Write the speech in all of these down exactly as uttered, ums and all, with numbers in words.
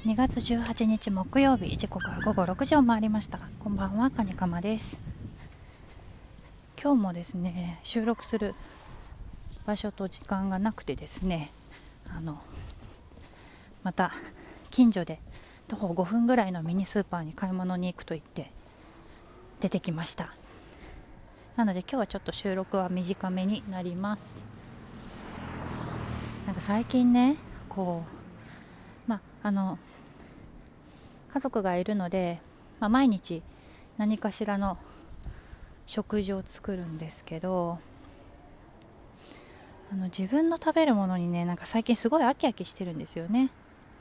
にがつじゅうはちにち木曜日、時刻はごごろくじを回りました。こんばんは、かにかまです。今日もですね、収録する場所と時間がなくてですね、あのまた近所で徒歩ごふんぐらいのミニスーパーに買い物に行くと言って出てきました。なので今日はちょっと収録は短めになります。なんか最近ね、こうまああの家族がいるので、まあ、毎日何かしらの食事を作るんですけど、あの自分の食べるものにね、なんか最近すごい飽き飽きしてるんですよね。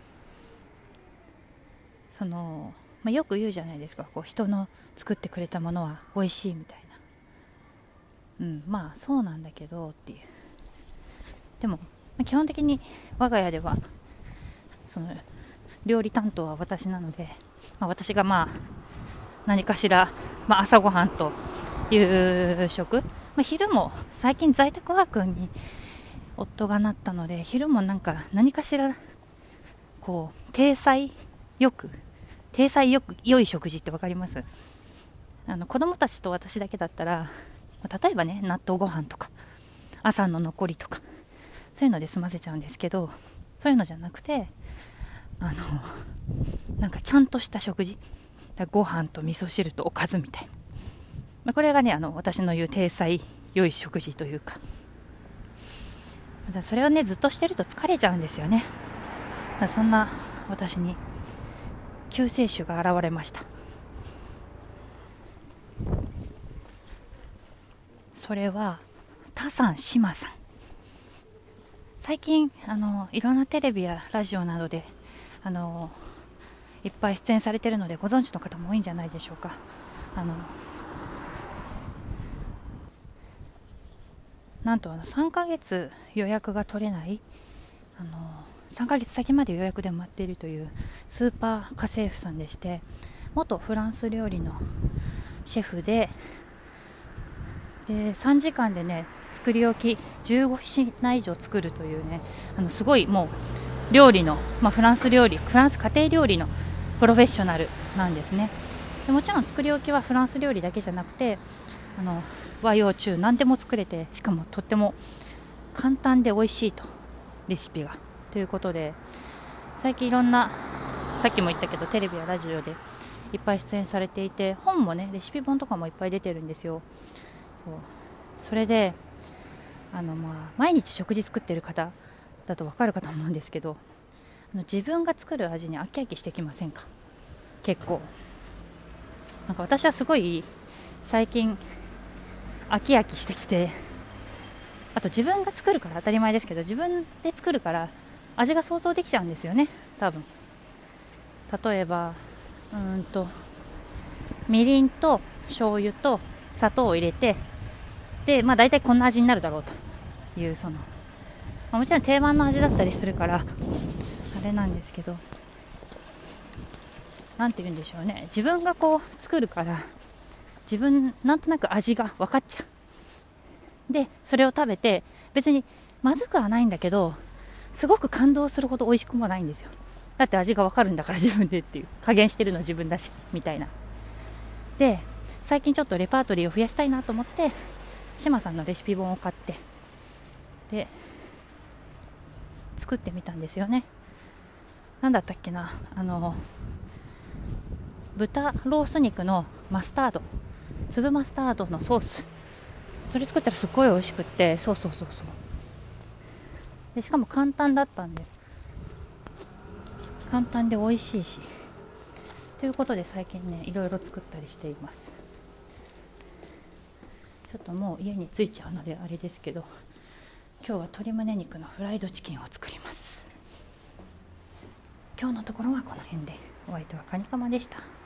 その、まあ、よく言うじゃないですか、こう人の作ってくれたものは美味しいみたいな。うん、まあそうなんだけどっていう。でも、まあ、基本的に我が家ではその料理担当は私なので、まあ、私がまあ何かしら、まあ、朝ごはんと夕食、まあ、昼も最近在宅ワークに夫がなったので、昼もなんか何かしらこう体裁よく体裁よく良い食事って分かります？あの子供たちと私だけだったら、例えばね、納豆ご飯とか朝の残りとかそういうので済ませちゃうんですけど、そういうのじゃなくて、あのなんかちゃんとした食事、ご飯と味噌汁とおかずみたいな、まあ、これがね、あの私の言う体裁良い食事というか、だそれをねずっとしてると疲れちゃうんですよね。だそんな私に救世主が現れました。それはタさんシマさん。最近あのいろんなテレビやラジオなどであのいっぱい出演されているのでご存知の方も多いんじゃないでしょうか。あのなんとあのさんかげつ予約が取れない、あのさんかげつ先まで予約で埋まっているというスーパー家政婦さんでして、元フランス料理のシェフで、でさんじかんでね作り置きじゅうごひん以上作るというね、あのすごいもう料理の、まあ、フランス料理フランス家庭料理のプロフェッショナルなんですね。でもちろん作り置きはフランス料理だけじゃなくて、あの和洋中何でも作れて、しかもとっても簡単で美味しいと、レシピがということで、最近いろんな、さっきも言ったけどテレビやラジオでいっぱい出演されていて、本もね、レシピ本とかもいっぱい出てるんですよ。そうそれであの、まあ、毎日食事作ってる方だと分かるかと思うんですけど、あの自分が作る味に飽き飽きしてきませんか？結構なんか私はすごい最近飽き飽きしてきて、あと自分が作るから当たり前ですけど、自分で作るから味が想像できちゃうんですよね、多分。例えばうーんとみりんと醤油と砂糖を入れて、で、まあ、大体こんな味になるだろうという、その、まあ、もちろん定番の味だったりするからあれなんですけど、なんて言うんでしょうね、自分がこう作るから自分なんとなく味が分かっちゃう。でそれを食べて別にまずくはないんだけど、すごく感動するほど美味しくもないんですよ。だって味が分かるんだから、自分でっていう、加減してるの自分だしみたいな。で最近ちょっとレパートリーを増やしたいなと思って志麻さんのレシピ本を買って、で作ってみたんですよね。なんだったっけな、あの豚ロース肉のマスタード、粒マスタードのソース、それ作ったらすっごい美味しくって、そうそうそうそうで、しかも簡単だったんで、簡単で美味しいし、ということで最近ねいろいろ作ったりしています。ちょっともう家に着いちゃうのであれですけど、今日は鶏胸肉のフライドチキンを作ります。今日のところはこの辺で、お相手はカニカマでした。